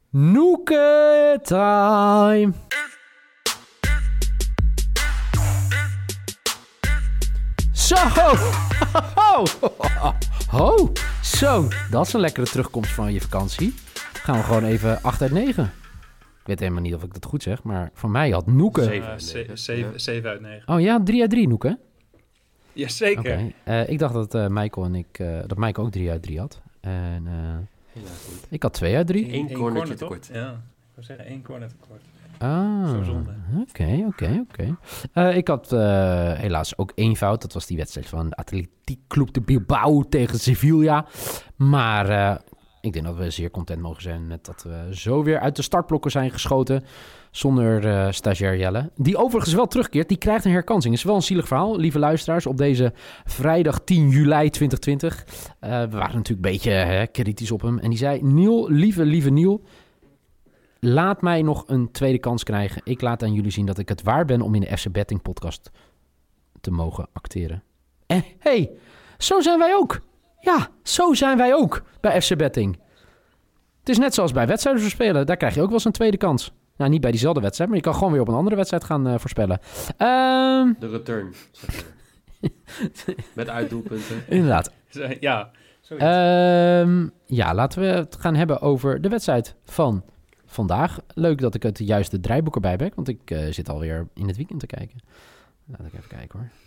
Noeke time. Zo. Ho. Zo. Dat is een lekkere terugkomst van je vakantie. Gaan we gewoon even 8 uit 9. Ik weet helemaal niet of ik dat goed zeg, maar voor mij had Noeke... 7 uit 9. Oh ja, 3 uit 3 Noeke. Jazeker. Okay. Ik dacht dat Michael en ik... dat Michael ook 3 uit 3 had. En ik had 2 uit 3. Eén corner tekort. Ja, ik wil zeggen 1 corner tekort. Zo zonde. Oké. Ik had helaas ook 1 fout. Dat was die wedstrijd van Athletic Club de Bilbao tegen Sevilla. Maar ik denk dat we zeer content mogen zijn met dat we zo weer uit de startblokken zijn geschoten. Zonder stagiair Jelle. Die overigens wel terugkeert. Die krijgt een herkansing. Het is wel een zielig verhaal, lieve luisteraars. Op deze vrijdag 10 juli 2020. We waren natuurlijk een beetje kritisch op hem. En die zei, Niel, lieve Niel... Laat mij nog een tweede kans krijgen. Ik laat aan jullie zien dat ik het waar ben om in de FC Betting podcast te mogen acteren. En hey, zo zijn wij ook. Ja, zo zijn wij ook bij FC Betting. Het is net zoals bij wedstrijden voorspellen. Daar krijg je ook wel eens een tweede kans. Nou, niet bij diezelfde wedstrijd, maar je kan gewoon weer op een andere wedstrijd gaan voorspellen. De return, zeg maar. Met uitdoelpunten. Inderdaad. Ja, ja, laten we het gaan hebben over de wedstrijd van... vandaag. Leuk dat ik het juiste draaiboek erbij heb, want ik zit alweer in het weekend te kijken. Laat ik even kijken hoor.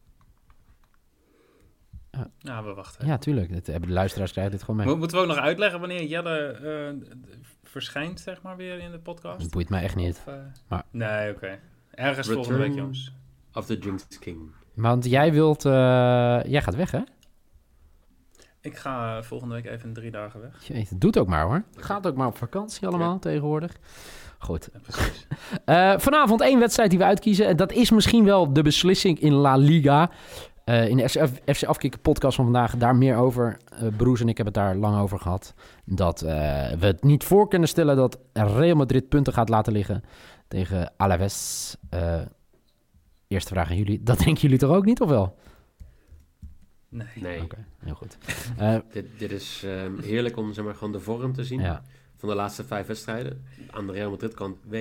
Nou, we wachten. Ja, tuurlijk. De luisteraars krijgen dit gewoon mee. Moeten we ook nog uitleggen wanneer Jelle verschijnt, zeg maar, weer in de podcast? Dat boeit mij echt niet. Of, maar... Nee, oké. Ergens Return volgende week, jongens. Of the Jinx King. Want jij wilt... jij gaat weg, hè? Ik ga volgende week even 3 dagen weg. Jeetje, doet ook maar, hoor. Gaat ook maar op vakantie allemaal tegenwoordig. Goed. Ja, precies. Vanavond 1 wedstrijd die we uitkiezen. En dat is misschien wel de beslissing in La Liga. In de FC Afkikken podcast van vandaag daar meer over. Broes en ik hebben het daar lang over gehad. Dat we het niet voor kunnen stellen dat Real Madrid punten gaat laten liggen tegen Alaves. Eerste vraag aan jullie. Dat denken jullie toch ook niet, of wel? Nee. Oké, heel goed. Dit is heerlijk om, zeg maar, gewoon de vorm te zien. Ja. Van de laatste 5 wedstrijden. Aan de Real Madrid kant W.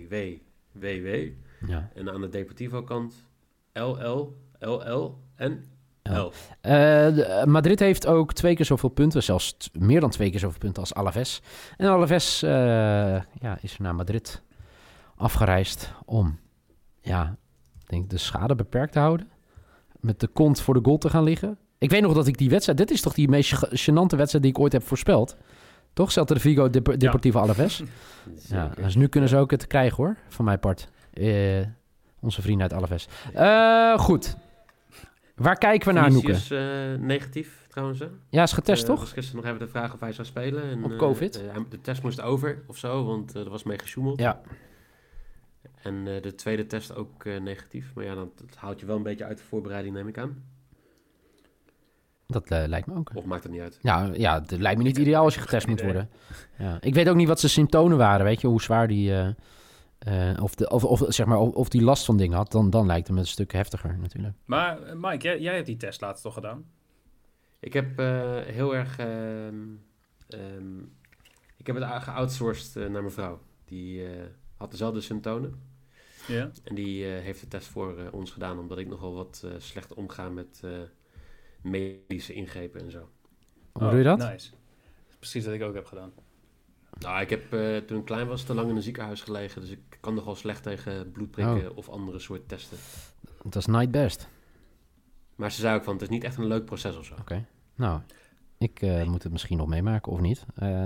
Ja. En aan de Deportivo kant LL en L. Madrid heeft ook 2 keer zoveel punten, zelfs meer dan 2 keer zoveel punten als Alaves. En Alaves is naar Madrid afgereisd om, ik denk de schade beperkt te houden. Met de kont voor de goal te gaan liggen. Ik weet nog dat ik die wedstrijd... Dit is toch die meest gênante wedstrijd die ik ooit heb voorspeld? Toch? Celta de Vigo, Deportivo Alaves. Ja, dus nu kunnen ze ook het krijgen, hoor. Van mijn part. Onze vrienden uit Alaves. Goed. Waar kijken we naar, Noeke? Vinicius negatief, trouwens. Hè? Ja, is getest, toch? Was gisteren nog even de vraag of hij zou spelen. En, op COVID. De test moest over, of zo, want er was mee gesjoemeld. Ja. En de tweede test ook negatief. Maar ja, dat haalt je wel een beetje uit de voorbereiding, neem ik aan. Dat lijkt me ook. Of maakt het niet uit? Ja, het lijkt me niet ideaal als je getest moet worden. Ja. Ik weet ook niet wat zijn symptomen waren, weet je, hoe zwaar die... of die last van dingen had, dan lijkt het me een stuk heftiger natuurlijk. Maar Mike, jij hebt die test laatst toch gedaan? Ik heb heel erg... ik heb het geoutsourced naar mijn vrouw. Die had dezelfde symptomen. Ja. En die heeft de test voor ons gedaan, omdat ik nogal wat slecht omga met medische ingrepen en zo. Hoe doe je dat? Nice. Precies wat ik ook heb gedaan. Nou, ik heb toen ik klein was te lang in een ziekenhuis gelegen, dus ik kan nogal slecht tegen bloedprikken of andere soort testen. Dat is niet best. Maar ze zei ook van, het is niet echt een leuk proces of zo. Oké. Nou, ik moet het misschien nog meemaken of niet.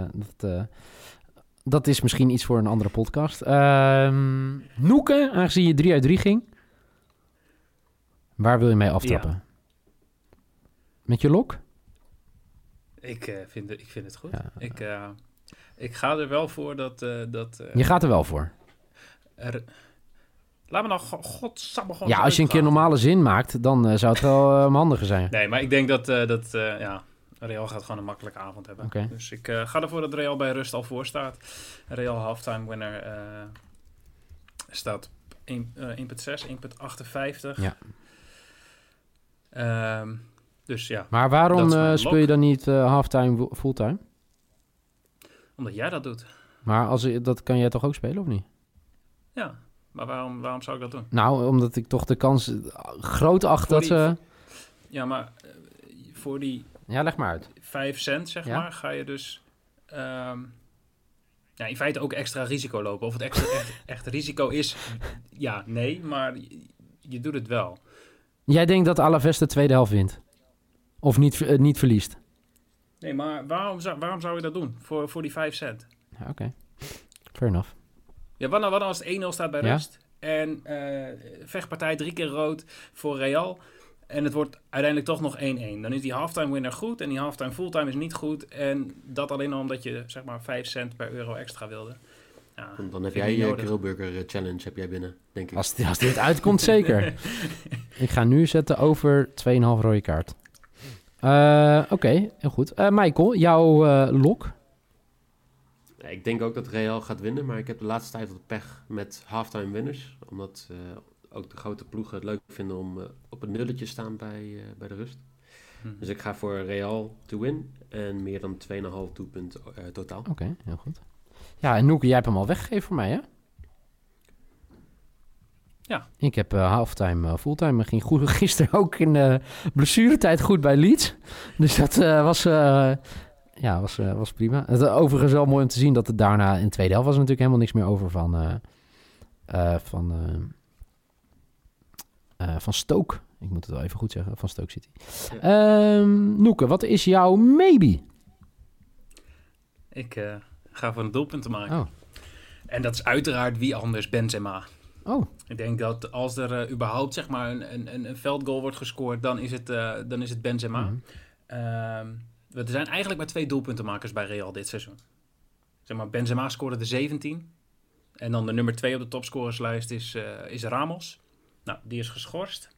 Dat is misschien iets voor een andere podcast. Noeke, aangezien je 3 uit 3 ging. Waar wil je mee aftrappen? Ja. Met je lok? Ik vind het goed. Ja. Ik ga er wel voor dat... Je gaat er wel voor? Laat me nou godsamme gewoon... Ja, als je een keer normale zin maakt, dan zou het wel handiger zijn. Nee, maar ik denk dat Real gaat gewoon een makkelijke avond hebben. Okay. Dus ik ga ervoor dat Real bij rust al voor staat. Real halftime winner staat 1,6, 1,58. Ja. Dus ja. Maar waarom speel je dan niet halftime, fulltime? Omdat jij dat doet. Maar dat kan jij toch ook spelen, of niet? Ja, maar waarom zou ik dat doen? Nou, omdat ik toch de kans groot acht dat ze... Ja, maar voor die... Ja, leg maar uit. 5 cent, zeg maar, ga je dus... in feite ook extra risico lopen. Of het echt risico is, ja, nee, maar je doet het wel. Jij denkt dat Alaves de tweede helft wint? Of niet verliest? Nee, maar waarom zou je dat doen? Voor die 5 cent? Ja, oké. Fair enough. Ja, wat nou als het 1-0 staat bij rust? En vechtpartij 3 keer rood voor Real. En het wordt uiteindelijk toch nog 1-1. Dan is die halftime winner goed en die halftime fulltime is niet goed. En dat alleen al omdat je, zeg maar, 5 cent per euro extra wilde. Ja, dan heb jij je grillburger challenge heb jij binnen, denk ik. Als dit uitkomt, zeker. Ik ga nu zetten over 2,5 rode kaart. Oké, heel goed. Michael, jouw lok? Ja, ik denk ook dat Real gaat winnen, maar ik heb de laatste tijd wat pech met halftime winners. Omdat ook de grote ploegen het leuk vinden om op een nulletje te staan bij de rust. Dus ik ga voor Real to win en meer dan 2,5 doelpunten totaal. Oké, heel goed. Ja, en Noeke, jij hebt hem al weggegeven voor mij, hè? Ja. Ik heb halftime, fulltime. Ging goed, gisteren ook in de blessuretijd goed bij Leeds. Dus dat was prima. Het overigens wel mooi om te zien dat het daarna in de tweede helft was er natuurlijk helemaal niks meer over van Stoke. Ik moet het wel even goed zeggen, van Stoke City. Ja. Noeke, wat is jouw maybe? Ik ga voor een doelpunt te maken. Oh. En dat is uiteraard wie anders, Benzema. Oh. Ik denk dat als er überhaupt, zeg maar, een veldgoal wordt gescoord, dan is het Benzema. Mm-hmm. Er zijn eigenlijk maar 2 doelpuntenmakers bij Real dit seizoen. Zeg maar, Benzema scoorde de 17. En dan de nummer 2 op de topscorerslijst is Ramos. Nou, die is geschorst.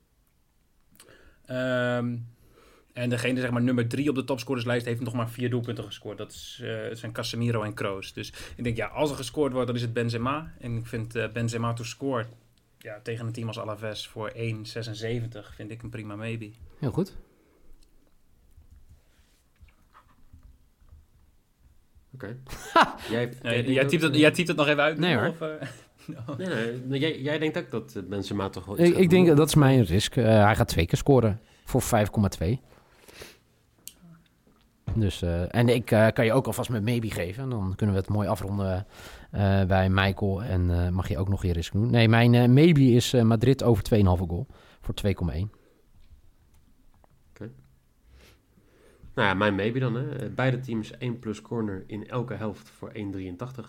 En degene, zeg maar, nummer 3 op de topscorerslijst heeft nog maar 4 doelpunten gescoord. Dat zijn Casemiro en Kroos. Dus ik denk, ja, als er gescoord wordt, dan is het Benzema. En ik vind Benzema to score tegen een team als Alaves voor 1,76 vind ik een prima maybe. Heel goed. Oké. Jij typt het nog even uit? Nee hoor. Of, no. Nee. Jij denkt ook dat Benzema toch wel... Ik denk, dat is mijn risk. Hij gaat 2 keer scoren voor 5,2. Dus, en ik kan je ook alvast met maybe geven. Dan kunnen we het mooi afronden bij Michael. En mag je ook nog je risk doen. Nee, mijn maybe is Madrid over 2,5 goal voor 2,1. Oké. Nou ja, mijn maybe dan. Hè. Beide teams 1 plus corner in elke helft voor 1,83.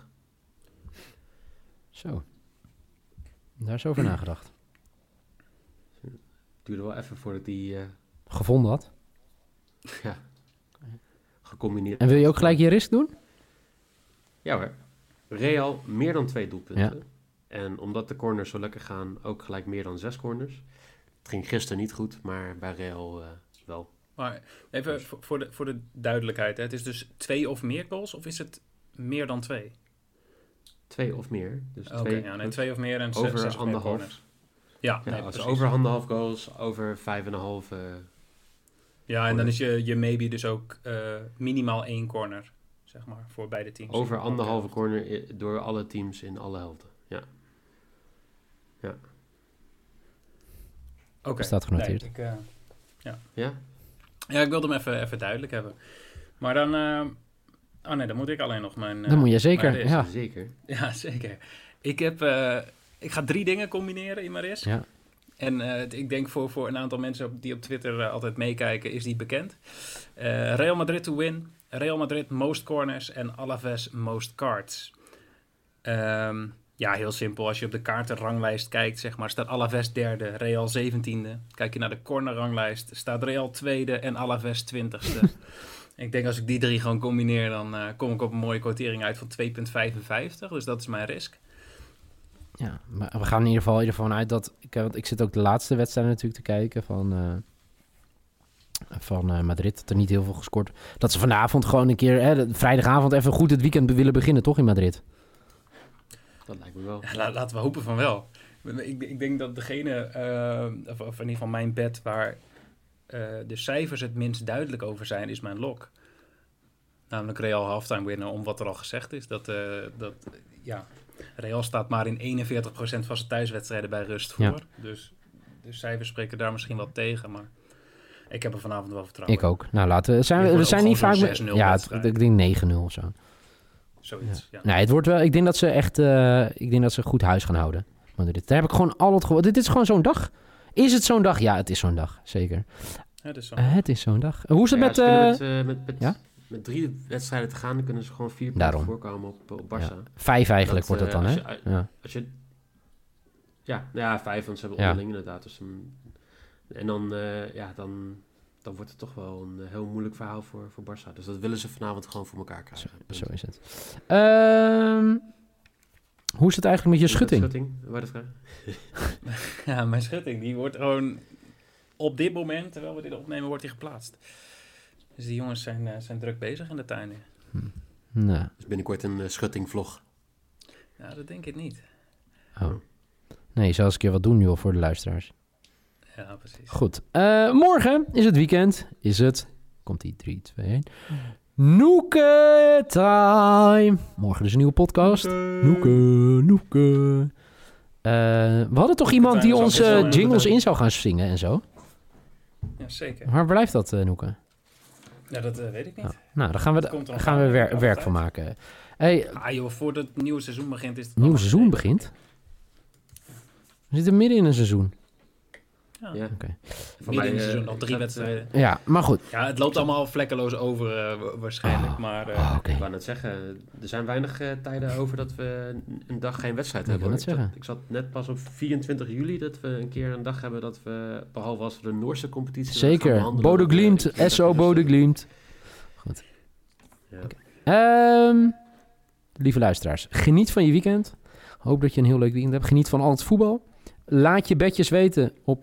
Zo. Daar is over nagedacht. Duurde wel even voordat die... gevonden had. Ja. Gecombineerd. En wil je ook gelijk je risk doen? Ja hoor. Real meer dan 2 doelpunten. Ja. En omdat de corners zo lekker gaan, ook gelijk meer dan 6 corners. Het ging gisteren niet goed, maar bij Real wel. Maar even voor de duidelijkheid. Hè. Het is dus 2 of meer goals of is het meer dan 2? 2 of meer. Dus 2 of meer en over 6 of meer corners. Ja, als over 1,5 goals, over 5,5... Ja, en dan is je maybe dus ook minimaal 1 corner, zeg maar, voor beide teams. Over 1,5 corner door alle teams in alle helften, ja. Oké. Staat genoteerd. Nee, Ja? Ja, ik wilde hem even duidelijk hebben. Maar dan... dan moet ik alleen nog mijn... Dan moet je zeker, ja. Zeker. Ja, zeker. Ik ga 3 dingen combineren in mijn risk. Ja. En ik denk voor een aantal mensen die op Twitter altijd meekijken, is die bekend. Real Madrid to win, Real Madrid most corners en Alaves most cards. Heel simpel. Als je op de kaartenranglijst kijkt, zeg maar, staat Alaves derde, Real 17e. Kijk je naar de cornerranglijst, staat Real tweede en Alaves 20e. Ik denk als ik die 3 gewoon combineer, dan kom ik op een mooie quotering uit van 2,55. Dus dat is mijn risk. Ja, maar we gaan in ieder geval ervan uit dat... Want ik zit ook de laatste wedstrijd natuurlijk te kijken van Madrid. Dat er niet heel veel gescoord. Dat ze vanavond gewoon een keer... vrijdagavond even goed het weekend willen beginnen, toch, in Madrid? Dat lijkt me wel. Ja, laten we hopen van wel. Ik denk dat degene, of in ieder geval mijn bet... waar de cijfers het minst duidelijk over zijn, is mijn lok. Namelijk Real halftime winner, om wat er al gezegd is. Real staat maar in 41% van zijn thuiswedstrijden bij rust voor. Ja. Dus de cijfers spreken daar misschien wat tegen, maar ik heb er vanavond wel vertrouwen Ik ook. Nou, we zijn niet vaak... Ik denk 9-0 of zo. Zoiets, ja. Nee, het wordt wel... Ik denk dat ze echt... ik denk dat ze goed huis gaan houden. Maar daar heb ik gewoon al het gevoel... Dit is gewoon zo'n dag. Is het zo'n dag? Ja, het is zo'n dag. Zeker. Het is zo'n dag. Hoe is het met 3 wedstrijden te gaan, kunnen ze gewoon 4 punten voorkomen op Barça. Ja. 5 eigenlijk wordt het dan, hè? Ja, 5, want ze hebben onderling inderdaad. Dus, en dan wordt het toch wel een heel moeilijk verhaal voor Barça. Dus dat willen ze vanavond gewoon voor elkaar krijgen. Zo is het. Hoe is het eigenlijk met je schutting? Waar dat Ja, mijn schutting, die wordt gewoon op dit moment, terwijl we dit opnemen, wordt die geplaatst. Dus die jongens zijn druk bezig in de tuin. Nou. Dus binnenkort een schuttingvlog. Ja, dat denk ik niet. Oh. Nee, je zal eens een keer wat doen, joh, voor de luisteraars. Ja, precies. Goed. Morgen is het weekend. Komt-ie, 3, 2, 1. Noeke time. Morgen dus een nieuwe podcast. Noeke. We hadden toch iemand die onze jingles in zou gaan zingen en zo? Ja, zeker. Waar blijft dat, Noeke? Ja, dat weet ik niet. Nou, daar gaan we werk van maken. Hey, voordat het nieuwe seizoen begint is het... Nieuwe seizoen begint? We zitten midden in een seizoen. Ja. Okay. Midden in het seizoen, nog 3 wedstrijden. Ja, maar goed. Ja, het loopt allemaal vlekkeloos over waarschijnlijk. Ik wou net zeggen, er zijn weinig tijden over dat we een dag geen wedstrijd hebben. Ik zat net pas op 24 juli dat we een keer een dag hebben dat we, behalve als we de Noorse competitie... Zeker, Bodø Glimt, SO Bodø Glimt. Goed. Ja. Okay. Lieve luisteraars, geniet van je weekend. Hoop dat je een heel leuk weekend hebt. Geniet van al het voetbal. Laat je bedjes weten op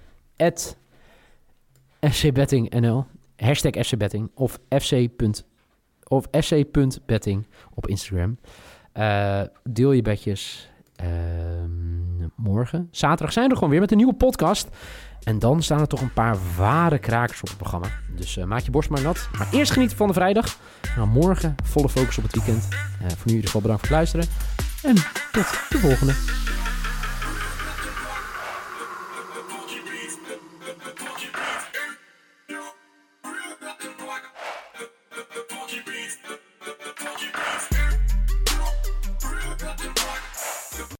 @fcbettingnl, #fcbetting of fc.betting op Instagram. Deel je bedjes. Morgen, zaterdag, zijn we gewoon weer met een nieuwe podcast. En dan staan er toch een paar ware krakers op het programma. Dus maak je borst maar nat. Maar eerst genieten van de vrijdag. Nou, morgen volle focus op het weekend. Voor nu in ieder geval bedankt voor het luisteren. En tot de volgende.